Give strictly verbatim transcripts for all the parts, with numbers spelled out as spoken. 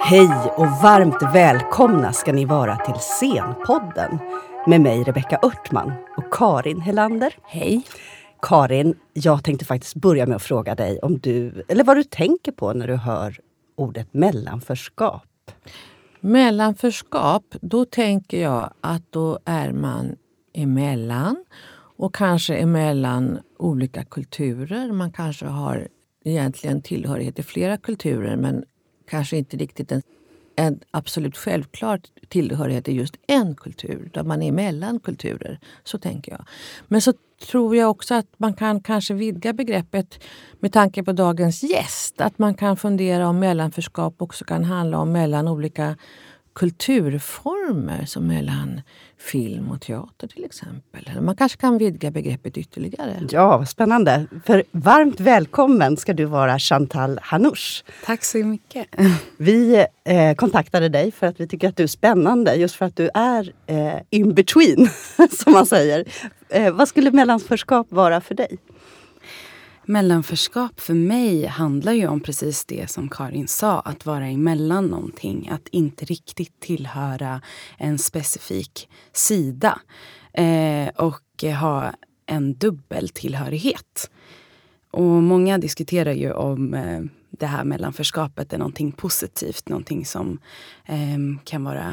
Hej och varmt välkomna ska ni vara till Scenpodden med mig Rebecka Örtman och Karin Helander. Hej. Karin, jag tänkte faktiskt börja med att fråga dig om du, eller vad du tänker på när du hör ordet mellanförskap. Mellanförskap, då tänker jag att då är man emellan och kanske emellan olika kulturer. Man kanske har egentligen tillhörighet i flera kulturer men kanske inte riktigt en, en absolut självklart tillhörighet i just en kultur. Där man är mellan kulturer, så tänker jag. Men så tror jag också att man kan kanske vidga begreppet med tanke på dagens gäst. Att man kan fundera om mellanförskap också kan handla om mellan olika kulturformer, som mellan film och teater till exempel. Eller man kanske kan vidga begreppet ytterligare. Ja, vad spännande. För varmt välkommen ska du vara, Chantal Hanoush. Tack så mycket. Vi eh, kontaktade dig för att vi tycker att du är spännande. Just för att du är eh, in between, som man säger. Eh, vad skulle mellanförskap vara för dig? Mellanförskap för mig handlar ju om precis det som Karin sa. Att vara emellan någonting. Att inte riktigt tillhöra en specifik sida. Eh, och ha en dubbel tillhörighet. Och många diskuterar ju om eh, det här mellanförskapet är någonting positivt. Någonting som eh, kan vara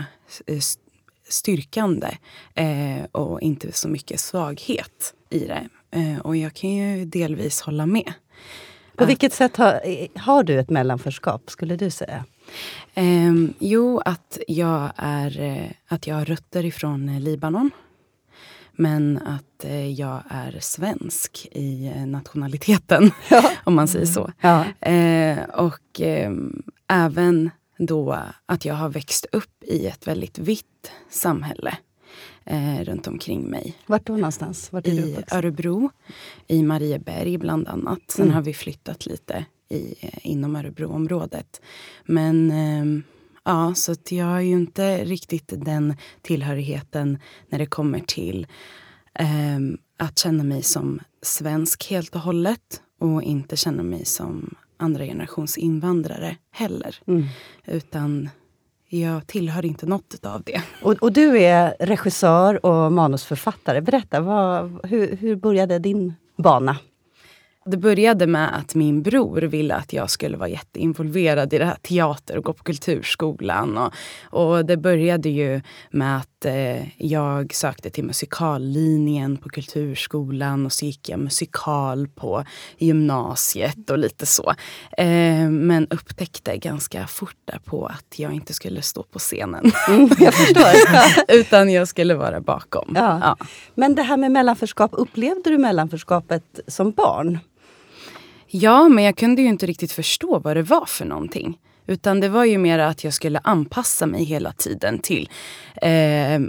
styrkande. Eh, och inte så mycket svaghet i det. Uh, och jag kan ju delvis hålla med. På att, vilket sätt har, har du ett mellanförskap, skulle du säga? Um, jo, att jag, är, uh, att jag har rötter ifrån uh, Libanon. Men att uh, jag är svensk i uh, nationaliteten, ja. Om man säger så. Ja. Uh, och um, även då att jag har växt upp i ett väldigt vitt samhälle. Eh, runt omkring mig. Vart då någonstans? Vart är I du uppvuxen? Örebro, i Marieberg bland annat. Sen mm. har vi flyttat lite i, inom Örebroområdet. Men eh, ja, så att jag har ju inte riktigt den tillhörigheten när det kommer till eh, att känna mig som svensk helt och hållet. Och inte känna mig som andra generations invandrare heller. Mm. Utan jag tillhör inte något av det. Och, och du är regissör och manusförfattare. Berätta, vad, hur, hur började din bana? Det började med att min bror ville att jag skulle vara jätteinvolverad i det här teater och gå på kulturskolan. Och, och det började ju med att eh, jag sökte till musikallinjen på kulturskolan. Och så gick jag musikal på gymnasiet och lite så. Eh, men upptäckte ganska fort därpå att jag inte skulle stå på scenen. Mm, jag förstår. Utan jag skulle vara bakom. Ja. Ja. Men det här med mellanförskap, upplevde du mellanförskapet som barn? Ja, men jag kunde ju inte riktigt förstå vad det var för någonting. Utan det var ju mer att jag skulle anpassa mig hela tiden till eh,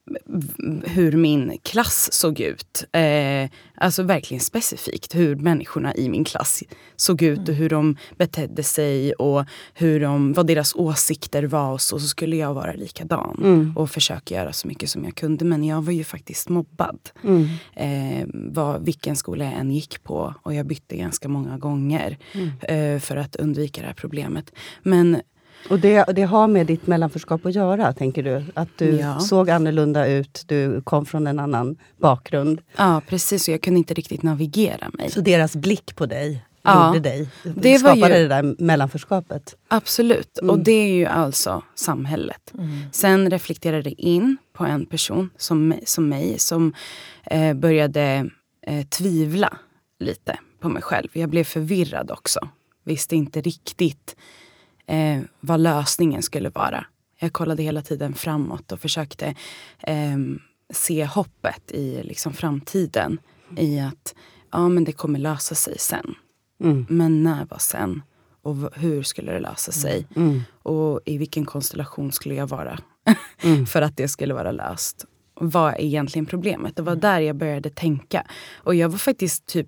hur min klass såg ut. Eh, alltså verkligen specifikt hur människorna i min klass såg ut och hur de betedde sig och hur de, vad deras åsikter var. Och så, så skulle jag vara likadan mm. och försöka göra så mycket som jag kunde. Men jag var ju faktiskt mobbad. Mm. Eh, var, vilken skola jag än gick på. Och jag bytte ganska många gånger mm. eh, för att undvika det här problemet. Men och det, det har med ditt mellanförskap att göra, tänker du? Att du ja. såg annorlunda ut, du kom från en annan bakgrund. Ja, precis. Och jag kunde inte riktigt navigera mig. Så deras blick på dig ja. gjorde dig? Det skapade var ju, det där mellanförskapet? Absolut. Mm. Och det är ju alltså samhället. Mm. Sen reflekterade det in på en person som, som mig som eh, började eh, tvivla lite på mig själv. Jag blev förvirrad också. Visste inte riktigt Eh, vad lösningen skulle vara. Jag kollade hela tiden framåt och försökte eh, se hoppet i liksom framtiden. I att ja, men det kommer lösa sig sen. Mm. Men när var sen? Och v- hur skulle det lösa sig? Mm. Och i vilken konstellation skulle jag vara? mm. För att det skulle vara löst. Vad är egentligen problemet? Det var där jag började tänka. Och jag var faktiskt typ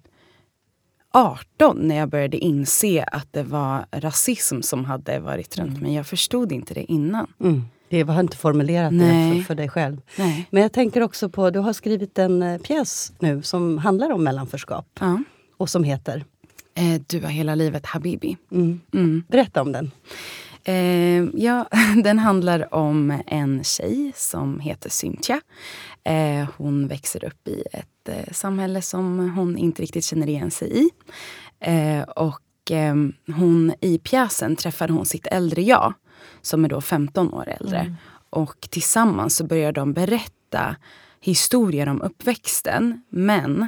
arton när jag började inse att det var rasism som hade varit runt mig. Jag förstod inte det innan. Mm. Det var inte formulerat det för, för dig själv. Nej. Men jag tänker också på, du har skrivit en uh, pjäs nu som handlar om mellanförskap. Ja. Och som heter? Eh, du har hela livet, Habibi. Mm. Mm. Berätta om den. Eh, ja, den handlar om en tjej som heter Cynthia. Eh, hon växer upp i ett eh, samhälle som hon inte riktigt känner igen sig i. Eh, och eh, hon i pjäsen träffar hon sitt äldre jag, som är då femton år äldre. Mm. Och tillsammans så börjar de berätta historier om uppväxten. Men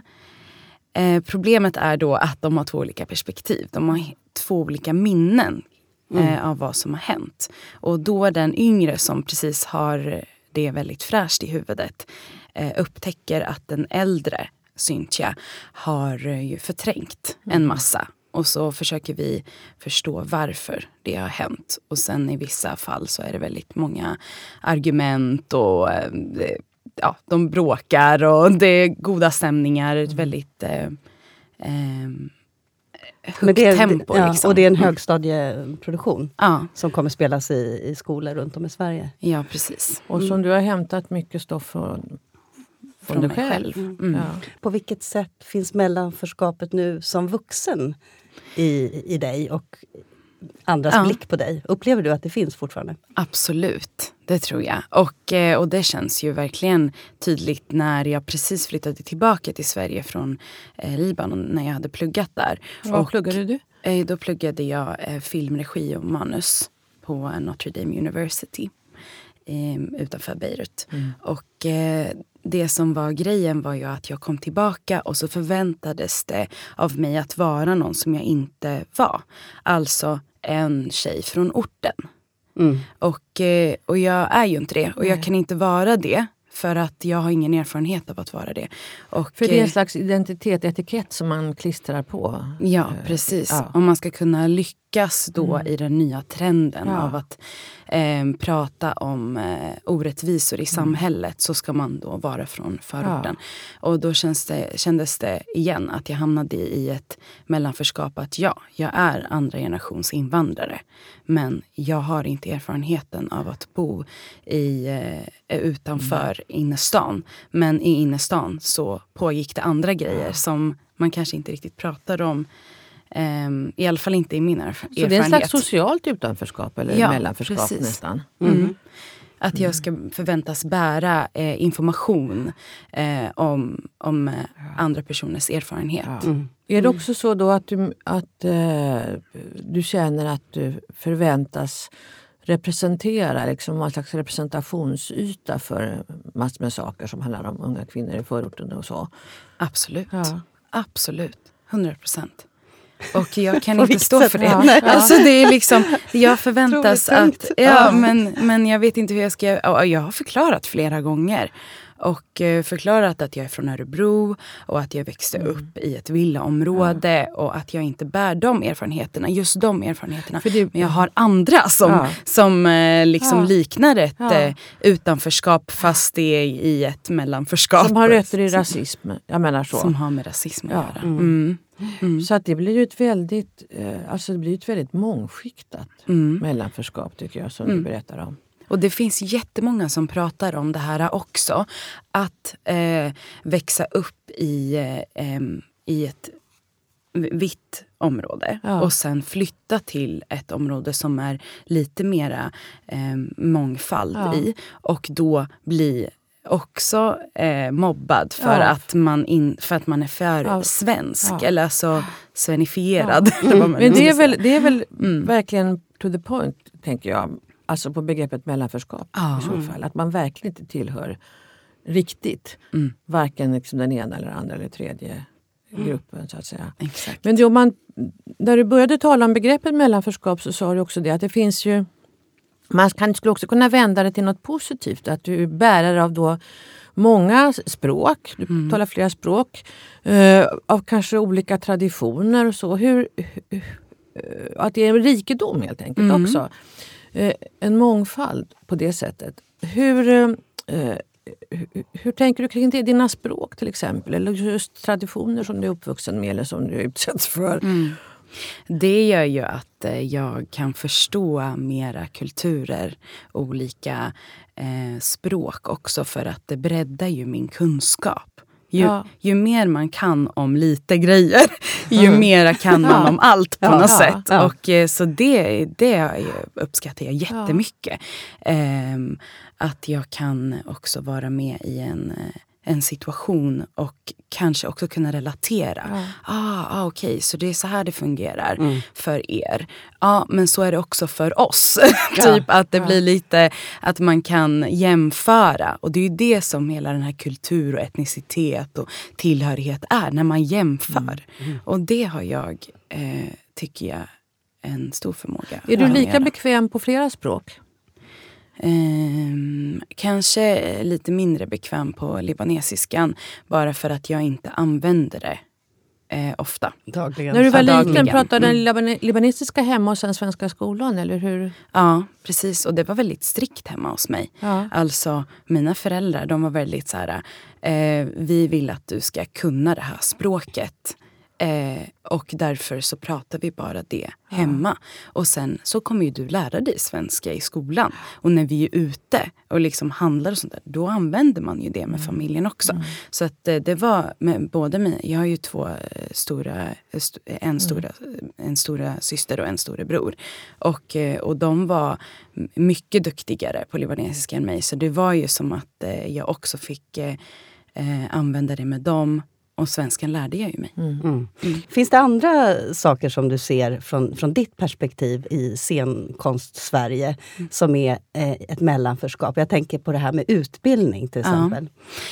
eh, problemet är då att de har två olika perspektiv. De har två olika minnen mm. eh, av vad som har hänt. Och då den yngre som precis har det väldigt fräscht i huvudet eh, upptäcker att den äldre Cynthia har eh, ju förträngt mm. en massa. Och så försöker vi förstå varför det har hänt. Och sen i vissa fall så är det väldigt många argument och eh, ja, de bråkar och det är goda stämningar. Mm. Väldigt eh, eh, högt det är, tempo. Ja, liksom. Och det är en högstadieproduktion ja. som kommer spelas i, i skolor runt om i Sverige. Ja, precis. Och som mm. du har hämtat mycket stoff från, från, från dig själv. själv. Mm. Ja. På vilket sätt finns mellanförskapet nu som vuxen i, i dig och andras ja. blick på dig? Upplever du att det finns fortfarande? Absolut, det tror jag. Och, och det känns ju verkligen tydligt när jag precis flyttade tillbaka till Sverige från eh, Libanon när jag hade pluggat där. Vad och, pluggade du? Eh, då pluggade jag eh, filmregi och manus på Notre Dame University eh, utanför Beirut. Mm. Och eh, det som var grejen var ju att jag kom tillbaka och så förväntades det av mig att vara någon som jag inte var. Alltså en tjej från orten. Mm. Och, och jag är ju inte det. Och jag kan inte vara det. För att jag har ingen erfarenhet av att vara det. Och, för det är en slags identitet, etikett som man klistrar på. Ja, precis. Ja. Om man ska kunna lyckas då mm. i den nya trenden ja. av att eh, prata om eh, orättvisor i samhället mm. så ska man då vara från förorten. Ja. Och då känns det, kändes det igen att jag hamnade i ett mellanförskap att ja, jag är andra generations invandrare. Men jag har inte erfarenheten av att bo i, eh, utanför mm. innerstan. Men i innerstan så pågick det andra grejer ja. som man kanske inte riktigt pratar om. Um, I alla fall inte i min erfarenhet. Så det är en slags socialt utanförskap eller ja, mellanförskap precis. nästan. Mm. Mm. Att jag ska förväntas bära eh, information eh, om, om eh, andra personers erfarenhet. Ja. Mm. Är det också så då att du, att, eh, du känner att du förväntas representera, liksom en slags representationsyta för massor med saker som handlar om unga kvinnor i förorten och så? Absolut. Ja. Absolut. hundra procent. Och jag kan inte stå för det. Ja. Alltså det är liksom, jag förväntas att, ja men, men jag vet inte hur jag ska, jag har förklarat flera gånger. Och eh, förklarat att jag är från Örebro och att jag växte mm. upp i ett villaområde ja. och att jag inte bär de erfarenheterna, just de erfarenheterna. Det, men jag har andra som, ja. som eh, liksom ja. liknar ett ja. eh, utanförskap fast det är i ett mellanförskap. Som har rötter i rasism, jag menar så. Som har med rasism att ja. göra. Mm. Mm. Mm. Så att det blir ju ett väldigt, eh, alltså det blir ett väldigt mångskiktat mm. mellanförskap tycker jag som mm. du berättar om. Och det finns jättemånga som pratar om det här också. Att eh, växa upp i, eh, i ett vitt område. Ja. Och sen flytta till ett område som är lite mera eh, mångfald ja. i. Och då bli också eh, mobbad för, ja. att man in, för att man är för ja. svensk. Ja. Eller alltså svenifierad. Ja. Mm. Men det är väl, det är väl mm. verkligen to the point, tänker jag. Alltså på begreppet mellanförskap ah, i så fall. Att man verkligen inte tillhör riktigt. Mm. Varken liksom den ena eller andra eller tredje mm. gruppen så att säga. Exakt. Men då man, när du började tala om begreppet mellanförskap så sa du också det att det finns ju, man kan, skulle också kunna vända det till något positivt. Att du är bärare av då många språk, du mm. talar flera språk. Eh, av kanske olika traditioner och så. Hur, hur, att det är en rikedom helt enkelt mm. också. En mångfald på det sättet. Hur, eh, hur, hur tänker du kring det? Dina språk till exempel? Eller just traditioner som du är uppvuxen med eller som du utsätts för? Mm. Det gör ju att jag kan förstå mera kulturer, olika eh, språk också. För att det breddar ju min kunskap. Ju, Ja. ju mer man kan om lite grejer, ju Mm. mera kan man Ja. om allt på Ja, något ja, sätt. ja. Och eh, så det, det uppskattar jag jättemycket. Ehm, att jag kan också vara med i en, eh, en situation och kanske också kunna relatera. Ja. Ah, ah, okej, okay, så det är så här det fungerar Mm. för er. Ja, men så är det också för oss. Ja. Typ att det Ja. blir lite att man kan jämföra. Och det är ju det som hela den här kultur och etnicitet och tillhörighet är. När man jämför. Mm. Mm. Och det har jag, eh, tycker jag, en stor förmåga. Är du att lika göra. bekväm på flera språk? Ehm, kanske lite mindre bekväm på libanesiskan. Bara för att jag inte använder det eh, ofta. Dagligen. När du var Ja, liten dagligen. pratade den Mm. libane- libanesiska hemma och sen svenska skolan, eller hur? Ja, precis. Och det var väldigt strikt hemma hos mig. Ja. Alltså, mina föräldrar, de var väldigt så här, eh, vi vill att du ska kunna det här språket. Eh, och därför så pratar vi bara det hemma. Och sen så kommer ju du lära dig svenska i skolan. Och när vi är ute och liksom handlar och sånt där, då använder man ju det med familjen också. Mm. Så att eh, det var med både mina, jag har ju två eh, stora, eh, st- en stora, en stora syster och en storebror. Och, eh, och de var m- mycket duktigare på libanesiska än mig. Så det var ju som att eh, jag också fick eh, eh, använda det med dem. Och svenskan lärde jag ju mig. Mm. Mm. Finns det andra saker som du ser från, från ditt perspektiv i scenkonst-Sverige Mm. som är eh, ett mellanförskap? Jag tänker på det här med utbildning till Ja. exempel.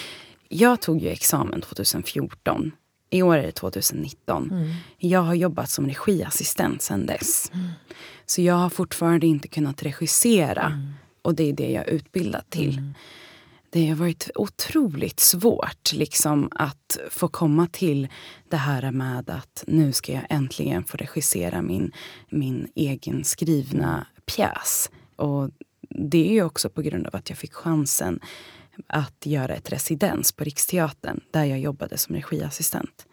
Jag tog ju examen tjugohundrafjorton. I år är det tjugonitton. Mm. Jag har jobbat som regiassistent sedan dess. Så jag har fortfarande inte kunnat regissera. Mm. Och det är det jag är utbildad till. Mm. Det har varit otroligt svårt liksom, att få komma till det här med att nu ska jag äntligen få regissera min, min egen skrivna pjäs. Och det är ju också på grund av att jag fick chansen att göra ett residens på Riksteatern där jag jobbade som regiassistent.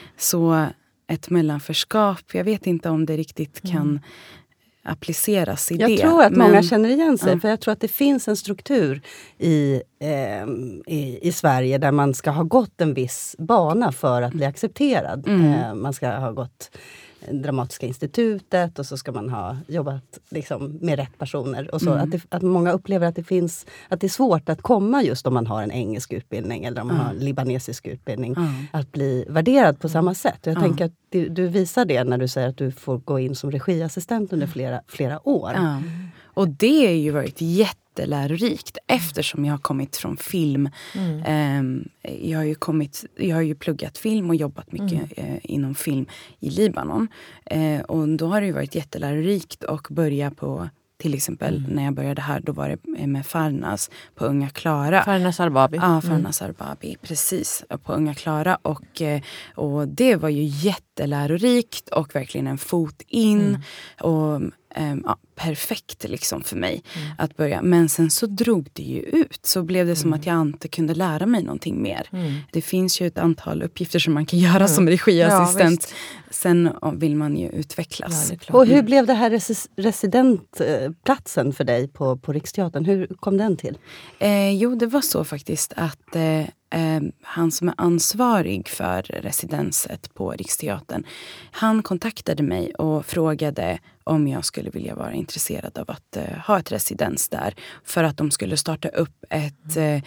Så ett mellanförskap, jag vet inte om det riktigt kan Mm. appliceras i Jag det. tror att men- många känner igen sig, Ja. för jag tror att det finns en struktur i, eh, i, i Sverige där man ska ha gått en viss bana för att bli accepterad. Mm. Eh, man ska ha gått Dramatiska institutet och så ska man ha jobbat liksom, med rätt personer. Och så. Mm. Att, det, att många upplever att det, finns, att det är svårt att komma just om man har en engelsk utbildning eller om man Ja. har en libanesisk utbildning. Ja. Att bli värderad på samma sätt. Och jag Ja. tänker att du, du visar det när du säger att du får gå in som regiassistent under flera, flera år. Ja. Och det har ju varit jättelärorikt eftersom jag har kommit från film. Mm. Ehm, jag, har ju kommit, jag har ju pluggat film och jobbat mycket eh, inom film i Libanon. Eh, och då har det ju varit jättelärorikt att börja på, till exempel Mm. när jag började här, då var det med Farnas på Unga Klara. Farnas Arbabi. Ja, Farnas Arbabi, precis. På Unga Klara. Och, eh, och det var ju jättelärorikt och verkligen en fot in. Mm. Och ehm, ja, perfekt liksom för mig Mm. att börja. Men sen så drog det ju ut. Så blev det som att jag inte kunde lära mig någonting mer. Mm. Det finns ju ett antal uppgifter som man kan göra Mm. som regiassistent. Ja, sen ja, vill man ju Ja, utvecklas. det är klart. Och hur blev det här resi- residentplatsen för dig på, på Riksteatern? Hur kom den till? Eh, jo, det var så faktiskt att eh, eh, han som är ansvarig för residenset på Riksteatern, han kontaktade mig och frågade om jag skulle vilja vara intresserad av att eh, ha ett residens där. För att de skulle starta upp ett, eh,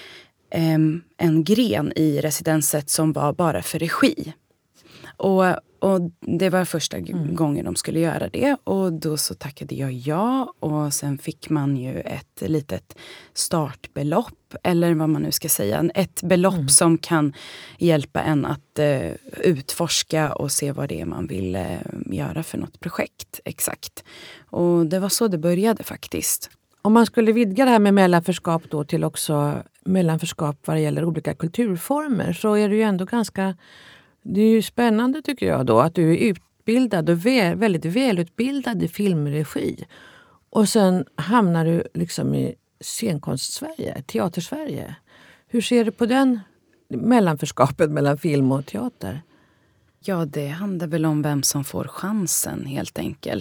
em, en gren i residenset som var bara för regi. Och, och det var första g- Mm. gången de skulle göra det. Och då så tackade jag ja. Och sen fick man ju ett litet startbelopp. Eller vad man nu ska säga. Ett belopp Mm. som kan hjälpa en att eh, utforska och se vad det är man vill eh, göra för något projekt. Exakt. Och det var så det började faktiskt. Om man skulle vidga det här med mellanförskap då till också mellanförskap vad det gäller olika kulturformer, så är det ju ändå ganska, det är ju spännande tycker jag då att du är utbildad och väl, väldigt välutbildad i filmregi. Och sen hamnar du liksom i scenkonst-Sverige, teater-Sverige. Hur ser du på den mellanförskapet mellan film och teater? Ja, det handlar väl om vem som får chansen helt enkelt.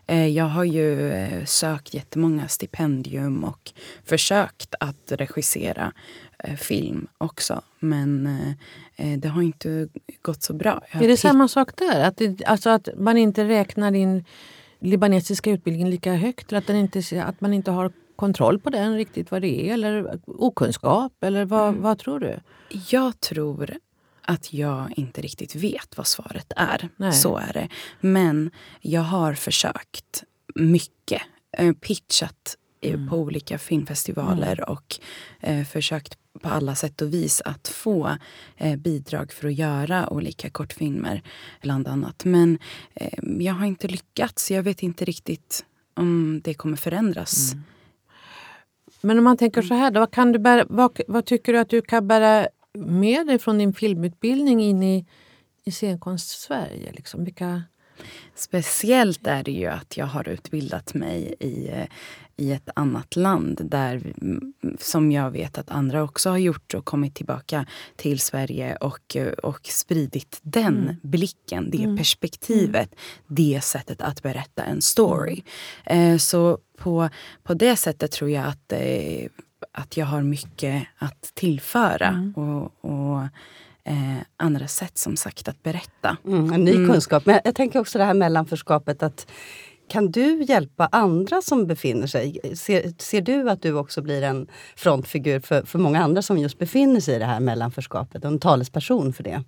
Eh, jag har ju eh, sökt jättemånga stipendium och försökt att regissera eh, film också. Men eh, det har inte gått så bra. Jag är det titt- samma sak där? Att, det, alltså att man inte räknar din libanesiska utbildning lika högt? Eller att, den inte, att man inte har kontroll på den riktigt vad det är? Eller okunskap? Eller vad, mm. vad tror du? Jag tror att jag inte riktigt vet vad svaret är. Nej. Så är det. Men jag har försökt mycket. Eh, pitchat mm. på olika filmfestivaler mm. och eh, försökt på alla sätt och vis att få eh, bidrag för att göra olika kortfilmer bland annat. Men eh, jag har inte lyckats. Jag vet inte riktigt om det kommer förändras. Mm. Men om man tänker så här, då, vad, kan du bära, vad, vad tycker du att du kan bära med dig från din filmutbildning in i, i scenkonst-Sverige? Liksom? Vilka... Speciellt är det ju att jag har utbildat mig i, i ett annat land där, som jag vet att andra också har gjort och kommit tillbaka till Sverige och, och spridit den mm. blicken, det mm. perspektivet, mm. det sättet att berätta en story. Eh, så på, på det sättet tror jag att, eh, att jag har mycket att tillföra mm. och, och Eh, andra sätt som sagt att berätta. Mm, en ny mm. kunskap. Men jag tänker också det här mellanförskapet att kan du hjälpa andra som befinner sig? Ser, ser du att du också blir en frontfigur för, för många andra som just befinner sig i det här mellanförskapet? En talesperson för det?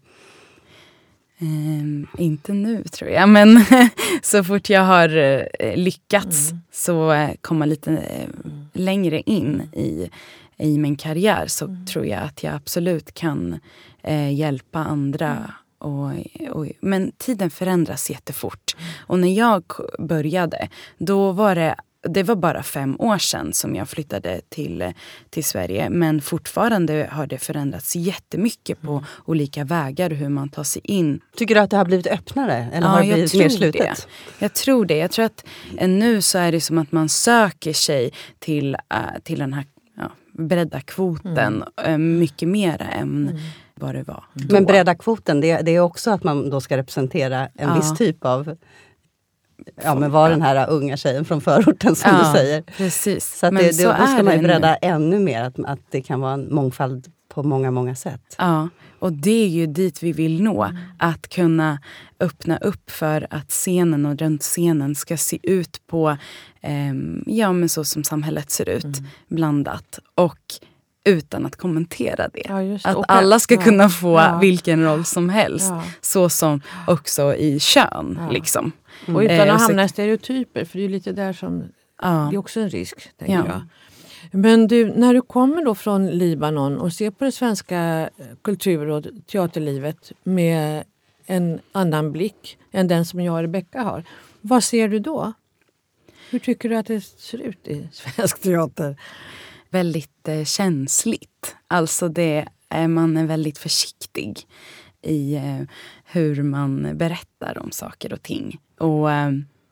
Eh, inte nu tror jag, men så fort jag har eh, lyckats mm. så eh, komma lite eh, längre in i i min karriär så mm. tror jag att jag absolut kan eh, hjälpa andra. Mm. Och, och, men tiden förändras jättefort. Mm. Och när jag började, då var det, det var bara fem år sedan som jag flyttade till, till Sverige. Men fortfarande har det förändrats jättemycket på mm. olika vägar hur man tar sig in. Tycker du att det har blivit öppnare? Eller ja, har det blivit mer slutet? Det. Jag tror det. Jag tror att nu så är det som att man söker sig till, uh, till den här ja, bredda kvoten mm. mycket mer än mm. vad det var. Mm. Men bredda kvoten, det, det är också att man då ska representera en ja. viss typ av, ja men var den här unga tjejen från förorten som ja, du säger. Precis. Så, att men det, så då ska är man ju det bredda nu. ännu mer, att, att det kan vara en mångfald på många, många sätt. Ja, och det är ju dit vi vill nå. Mm. Att kunna öppna upp för att scenen och runt scenen ska se ut på, eh, ja men så som samhället ser ut, mm. blandat. Och utan att kommentera det. Ja, just det. Att och alla ska ja. kunna få ja. vilken roll som helst. Ja. Så som också i kön. Ja. Liksom. Och utan Eh, att så- hamna i stereotyper, för det är lite där som, Ja. det är också en risk, tänker Ja. jag. Men du, när du kommer då från Libanon och ser på det svenska kultur- och teaterlivet med en annan blick än den som jag och Rebecca har, vad ser du då? Hur tycker du att det ser ut i svensk teater? Väldigt eh, känsligt. Alltså det är, man är väldigt försiktig i eh, hur man berättar om saker och ting. Och eh,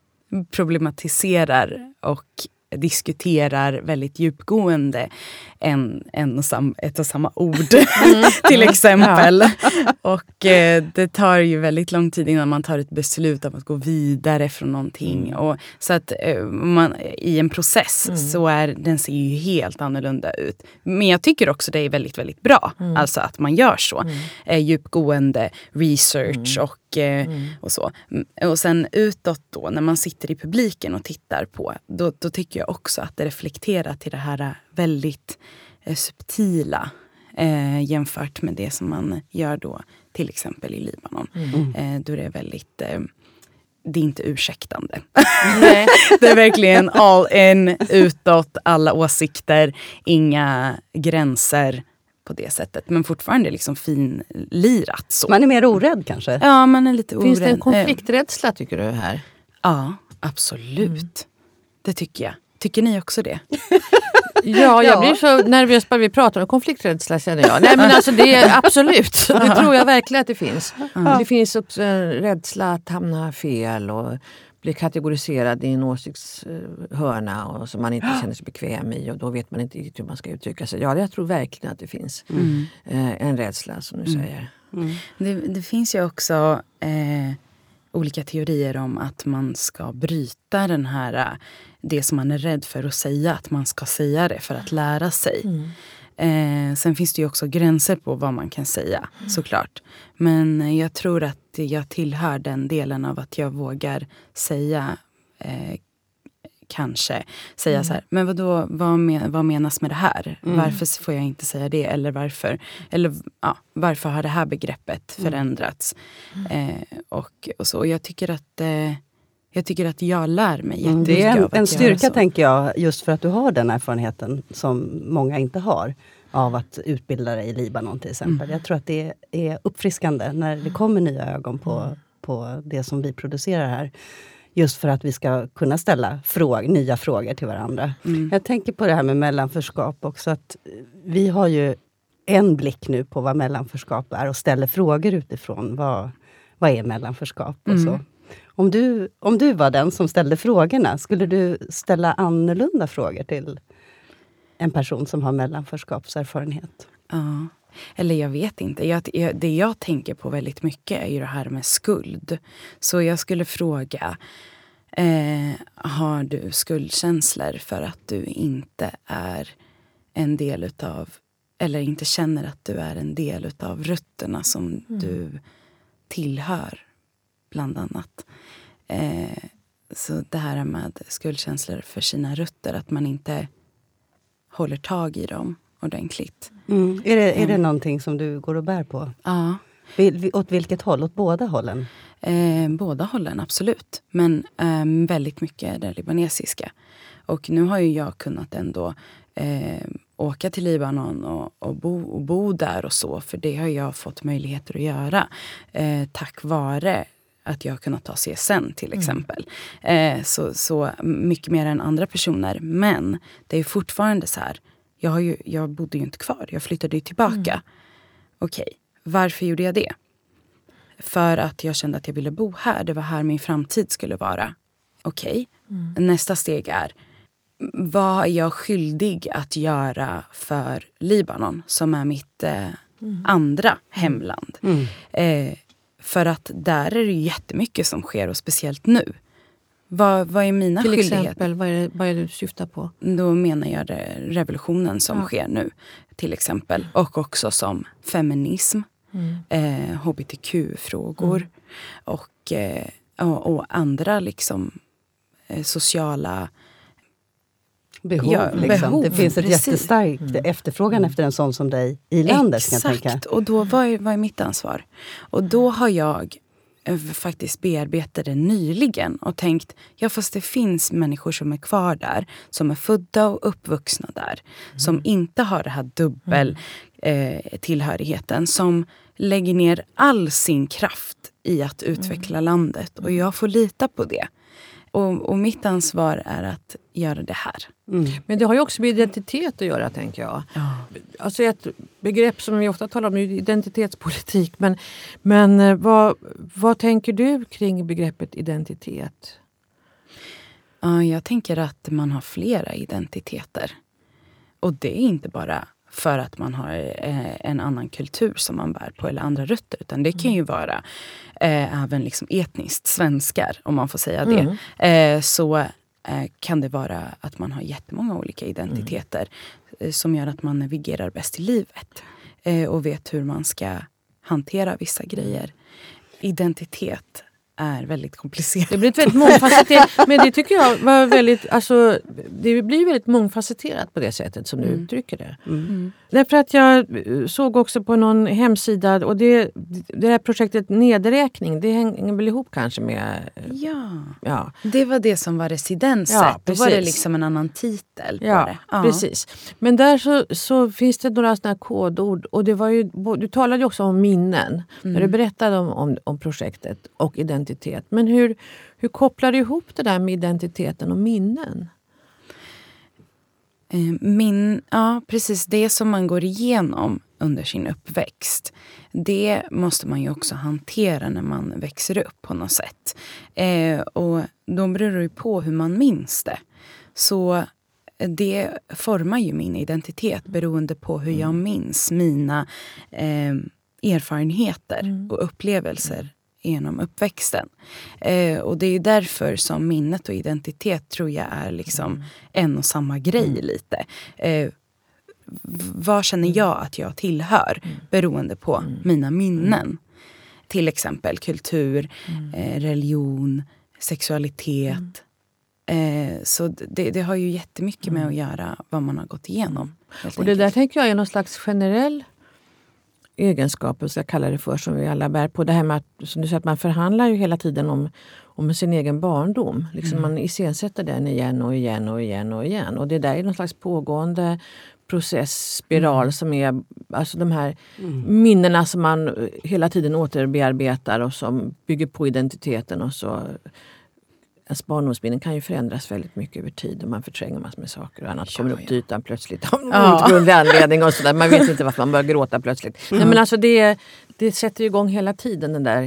problematiserar och diskuterar väldigt djupgående en, en och sam, ett och samma ord mm. till exempel. Ja. Och eh, det tar ju väldigt lång tid innan man tar ett beslut om att gå vidare från någonting. Mm. Och, så att eh, man, i en process mm. så är den ser ju helt annorlunda ut. Men jag tycker också det är väldigt, väldigt bra. Mm. Alltså att man gör så. Mm. Eh, djupgående research mm. och Mm. och så. Och sen utåt då, när man sitter i publiken och tittar på, då, då tycker jag också att det reflekterar till det här väldigt eh, subtila eh, jämfört med det som man gör då till exempel i Libanon. Mm. Eh, då är det väldigt eh, det är inte ursäktande. Nej. Det är verkligen all in, utåt, alla åsikter, inga gränser på det sättet. Men fortfarande liksom finlirat så. Man är mer orädd kanske? Ja, man är lite orädd. Finns det en konflikträdsla tycker du här? Ja, absolut. Mm. Det tycker jag. Tycker ni också det? Ja, jag blir så nervös bara vi pratar om konflikträdsla, känner jag. Nej, men alltså det är absolut. Det tror jag verkligen att det finns. Mm. Det finns också en rädsla att hamna fel och bli kategoriserad i en åsiktshörna och som man inte känner sig bekväm i, och då vet man inte hur man ska uttrycka sig. Ja, jag tror verkligen att det finns mm. eh, en rädsla som du mm. säger. Mm. Det, det finns ju också eh, olika teorier om att man ska bryta den här, det som man är rädd för att säga, att man ska säga det för att lära sig. Mm. Eh, sen finns det ju också gränser på vad man kan säga, mm. såklart. Men jag tror att jag tillhör den delen av att jag vågar säga, eh, kanske säga mm. så här, men vadå, vad, men, vad menas med det här? Mm. Varför får jag inte säga det? Eller varför, eller, ja, varför har det här begreppet förändrats? Mm. Eh, och, och så. Och jag tycker att eh, jag tycker att jag lär mig jättemycket. Det är en, av att en styrka, så. tänker jag, just för att du har den erfarenheten som många inte har av att utbilda dig i Libanon till exempel. Mm. Jag tror att det är uppfriskande när det kommer nya ögon på, mm. på det som vi producerar här. Just för att vi ska kunna ställa fråg, nya frågor till varandra. Mm. Jag tänker på det här med mellanförskap också. Att vi har ju en blick nu på vad mellanförskap är och ställer frågor utifrån vad, vad är mellanförskap och mm. så. Om du, om du var den som ställde frågorna, skulle du ställa annorlunda frågor till en person som har mellanförskapserfarenhet? Ja, eller jag vet inte. Jag, jag, det jag tänker på väldigt mycket är ju det här med skuld. Så jag skulle fråga, eh, har du skuldkänslor för att du inte är en del utav, eller inte känner att du är en del utav rötterna som mm. du tillhör, bland annat. Eh, så det här med skuldkänslor för sina rötter, att man inte håller tag i dem ordentligt. Mm. Är, det, är det någonting som du går och bär på? Ja. Vil, åt vilket håll? Åt båda hållen? Eh, båda hållen, absolut. Men eh, väldigt mycket det libanesiska. Och nu har ju jag kunnat ändå eh, åka till Libanon och, och, bo, och bo där och så. För det har jag fått möjligheter att göra. Eh, tack vare att jag har kunnat ta C S N till exempel. Mm. Eh, så, så mycket mer än andra personer. Men det är fortfarande så här. Jag, har ju, jag bodde ju inte kvar. Jag flyttade ju tillbaka. Mm. Okej, varför gjorde jag det? För att jag kände att jag ville bo här. Det var här min framtid skulle vara. Okej, mm. nästa steg är. Vad är jag skyldig att göra för Libanon? Som är mitt eh, mm. andra hemland. Mm. Eh, för att där är det jättemycket som sker. Och speciellt nu. Vad, vad är mina till skyldigheter? Till exempel, vad är, det, vad är det du syftar på? Då menar jag det, revolutionen som ja. sker nu. Till exempel. Och också som feminism. Mm. Eh, H B T Q-frågor. Mm. Och, eh, och, och andra liksom eh, sociala behov. Ja, liksom. behov. Det finns ett Precis. jättestarkt mm. efterfrågan mm. efter en sån som dig i landet. Exakt. Kan jag tänka. Och då vad är, vad är mitt ansvar? Och då har jag faktiskt bearbetade nyligen och tänkt, ja fast det finns människor som är kvar där, som är födda och uppvuxna där, mm. som inte har det här dubbel mm. eh, tillhörigheten, som lägger ner all sin kraft i att utveckla mm. landet, och jag får lita på det. Och, och mitt ansvar är att göra det här. Mm. Men det har ju också med identitet att göra, tänker jag. Ja. Alltså ett begrepp som vi ofta talar om är identitetspolitik. Men, men vad, vad tänker du kring begreppet identitet? Ja, jag tänker att man har flera identiteter. Och det är inte bara för att man har eh, en annan kultur som man bär på eller andra rötter. Utan det kan ju vara eh, även liksom etniskt svenskar, om man får säga det. Mm. Eh, så eh, kan det vara att man har jättemånga olika identiteter mm. eh, som gör att man navigerar bäst i livet. Eh, och vet hur man ska hantera vissa grejer. Identitet är väldigt komplicerat. Det blir väldigt mångfacetterat, men det tycker jag var väldigt, alltså det blir väldigt mångfacetterat på det sättet som du mm. uttrycker det. Mm. Mm. Därför att jag såg också på någon hemsida, och det, det här projektet Nedräkning, det hänger väl ihop kanske med... Ja, ja. det var det som var residenset. Ja, då var det liksom en annan titel på ja, det. Ja, precis. Men där så, så finns det några sådana här kodord, och det var ju, du talade ju också om minnen, mm. när du berättade om, om, om projektet och identitet. Men hur, hur kopplar du ihop det där med identiteten och minnen? Min, ja, precis. Det som man går igenom under sin uppväxt, det måste man ju också hantera när man växer upp på något sätt. Eh, och då beror det på hur man minns det. Så det formar ju min identitet beroende på hur jag minns mina eh, erfarenheter mm. och upplevelser genom uppväxten. Eh, och det är därför som minnet och identitet tror jag är liksom mm. en och samma grej mm. lite. Eh, vad känner jag att jag tillhör mm. beroende på mm. mina minnen? Mm. Till exempel kultur, mm. eh, religion, sexualitet. Mm. Eh, så det, det har ju jättemycket mm. med att göra vad man har gått igenom. Och det där tänker jag är någon slags generell egenskaper, ska jag kalla det för, som vi alla bär på. Det här med att, som du säger, att man förhandlar ju hela tiden om, om sin egen barndom. Liksom mm. man iscensätter den igen och igen och igen och igen. Och det där är någon slags pågående process, spiral mm. som är alltså de här mm. minnena som man hela tiden återbearbetar och som bygger på identiteten. Och så ens barndomsminnen kan ju förändras väldigt mycket över tid och man förtränger massor med saker och annat ja, kommer upp till ytan plötsligt av ja. outgrundlig anledning och sådär. Man vet inte varför man börjar gråta plötsligt. Mm. Nej, men alltså det, det sätter igång hela tiden den där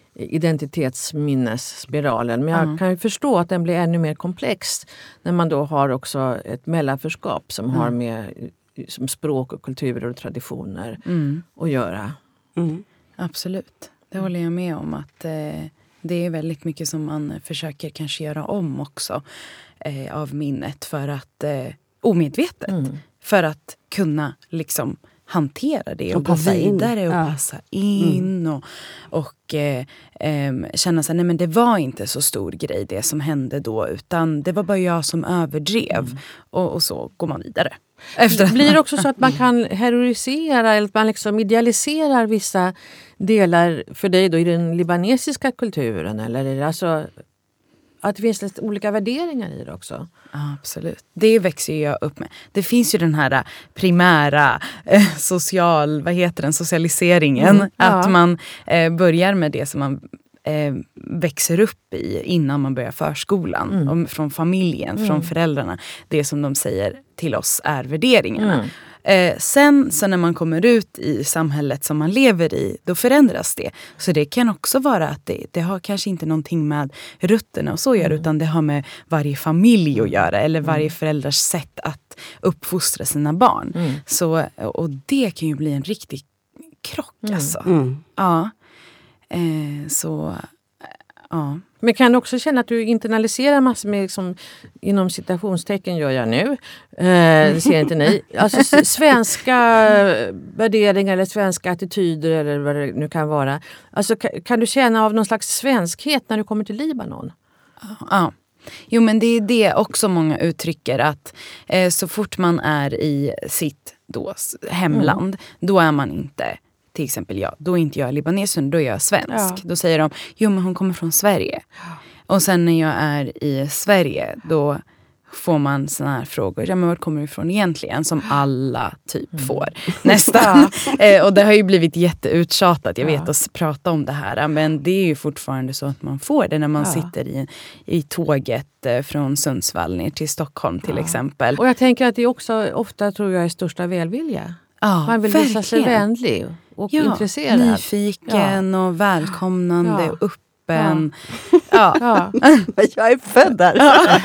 identitetsminnesspiralen. Men jag mm. kan ju förstå att den blir ännu mer komplex när man då har också ett mellanförskap som mm. har med som språk och kulturer och traditioner mm. att göra. Mm. Absolut. Det håller jag med om att eh, det är väldigt mycket som man försöker kanske göra om också eh, av minnet för att eh, omedvetet mm. för att kunna liksom hantera det och, och gå vidare in. och ja. passa in mm. och, och eh, eh, känna sig, nej men det var inte så stor grej det som hände då utan det var bara jag som överdrev mm. och, och så går man vidare. Efter det blir också så att man kan heroisera eller att man liksom idealiserar vissa delar för dig då i den libanesiska kulturen eller är det alltså att det finns lite olika värderingar i det också. Ja, absolut. Det växer jag upp med. Det finns ju den här primära eh, social, vad heter den, socialiseringen. Mm, ja. Att man eh, börjar med det som man eh, växer upp i innan man börjar förskolan. Mm. Och från familjen, mm. från föräldrarna. Det som de säger till oss är värderingarna. Mm. Eh, sen så när man kommer ut i samhället som man lever i, då förändras det. Så det kan också vara att det, det har kanske inte någonting med rötterna och så att göra, mm. utan det har med varje familj att göra. Eller varje mm. föräldrars sätt att uppfostra sina barn. Mm. Så, och det kan ju bli en riktig krock mm. alltså. Mm. Ja. Eh, så... Ja. Men kan du också känna att du internaliserar massor med, liksom, inom citationstecken gör jag nu, eh, det ser inte ni, alltså svenska värderingar eller svenska attityder eller vad det nu kan vara. Alltså kan, kan du känna av någon slags svenskhet när du kommer till Libanon? Ja. Jo men det är det också många uttrycker att eh, så fort man är i sitt då, hemland, mm. då är man inte... Till exempel jag, då är inte jag libanes, då är jag svensk. Ja. Då säger de, jo men hon kommer från Sverige. Och sen när jag är i Sverige, då får man såna här frågor. Ja men var kommer du ifrån egentligen? Som alla typ mm. får. Nästan. eh, och det har ju blivit jätteuttjatat, jag vet, ja. att prata om det här. Men det är ju fortfarande så att man får det när man ja. sitter i, i tåget eh, från Sundsvall ner till Stockholm till ja. exempel. Och jag tänker att det också ofta tror jag är största välvilja. Ja, man vill verkligen. visa sig vänlig och ja, intresserad. Nyfiken ja. och välkomnande ja. och öppen. Ja. Ja. Ja. Jag är född där. Ja.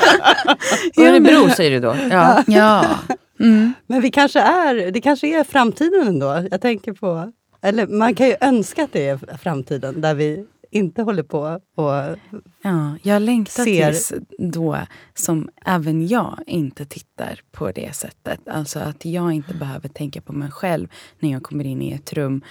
Och Örebro säger du då. Ja. Ja. Mm. Men vi kanske är, det kanske är framtiden ändå. Jag tänker på, eller man kan ju önska att det är framtiden där vi inte håller på och ja, jag längtar ser. tills då som även jag inte tittar på det sättet. Alltså att jag inte behöver tänka på mig själv när jag kommer in i ett rum.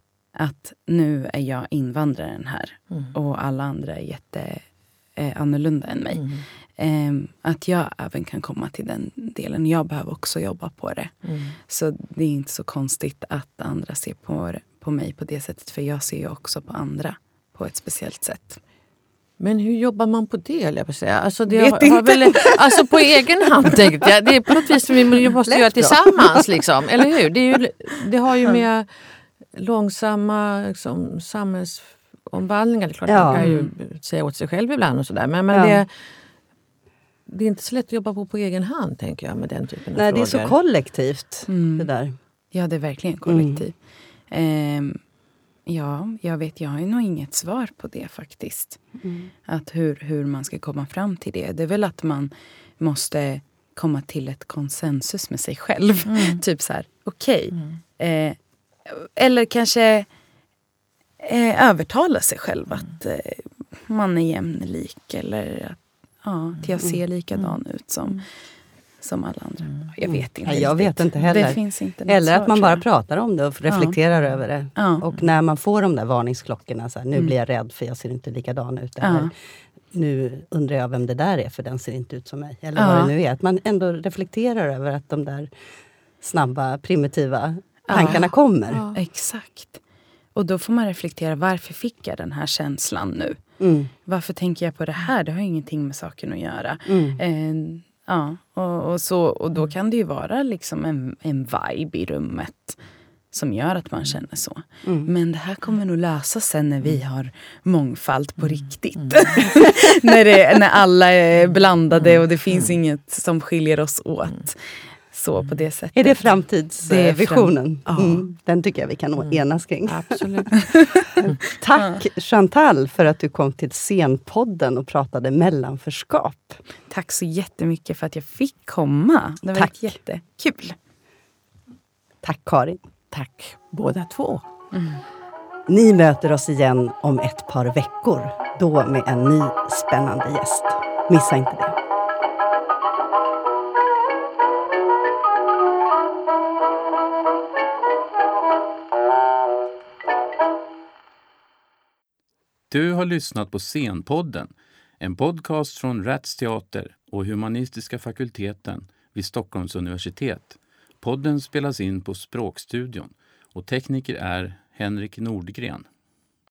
Att nu är jag invandraren här. Mm. Och alla andra är jätte eh, annorlunda än mig. Mm. Eh, att jag även kan komma till den delen. Jag behöver också jobba på det. Mm. Så det är inte så konstigt att andra ser på, på mig på det sättet. För jag ser ju också på andra på ett speciellt sätt. Men hur jobbar man på det, jag vill säga? Alltså, det har, har väl, alltså på egen hand tänkte jag. Det är på något vis som vi måste göra tillsammans. Liksom. Eller hur? Det, är ju, det har ju med långsamma liksom, samhällsomvandlingar. Det är klart ja. man kan ju säga åt sig själv ibland och sådär. Men, men ja. det, det är inte så lätt att jobba på på egen hand, tänker jag, med den typen av Nej, frågor. Det är så kollektivt, mm. det där. Ja, det är verkligen kollektivt. Mm. Um, Ja, jag vet, jag har ju nog inget svar på det faktiskt. Mm. Att hur, hur man ska komma fram till det. Det är väl att man måste komma till ett konsensus med sig själv. Mm. Typ så här, okej. Okay. Mm. Eh, eller kanske eh, övertala sig själv att eh, man är jämlik eller att ja, att jag ser likadan mm. ut som, som alla andra. Jag vet inte. Ja, jag vet inte heller. Det finns inte eller svar, att man bara pratar om det och reflekterar ja. över det. Ja. Och när man får de där varningsklockorna, så här, nu mm. blir jag rädd för jag ser inte likadan ut. Eller, ja. nu undrar jag vem det där är för den ser inte ut som mig. Eller ja. vad det nu är. Att man ändå reflekterar över att de där snabba, primitiva tankarna ja. kommer. Ja. Exakt. Och då får man reflektera, varför fick jag den här känslan nu? Mm. Varför tänker jag på det här? Det har ingenting med saken att göra. Mm. Eh, ja, och, och, så, och då kan det ju vara liksom en, en vibe i rummet som gör att man känner så. Mm. Men det här kommer nog lösa sig när vi har mångfald på riktigt. Mm. när, det, när alla är blandade och det finns mm. inget som skiljer oss åt. Så på det sättet. Är det framtidsvisionen? Fram- mm. Den tycker jag vi kan mm. enas kring. Absolut. Tack Chantal för att du kom till Scenpodden och pratade mellanförskap. Tack så jättemycket för att jag fick komma. Det var Tack. jättekul. Tack Karin. Tack båda två. Mm. Ni möter oss igen om ett par veckor. Då med en ny spännande gäst. Missa inte det. Du har lyssnat på Scenpodden, en podcast från Rätts teater och humanistiska fakulteten vid Stockholms universitet. Podden spelas in på Språkstudion och tekniker är Henrik Nordgren.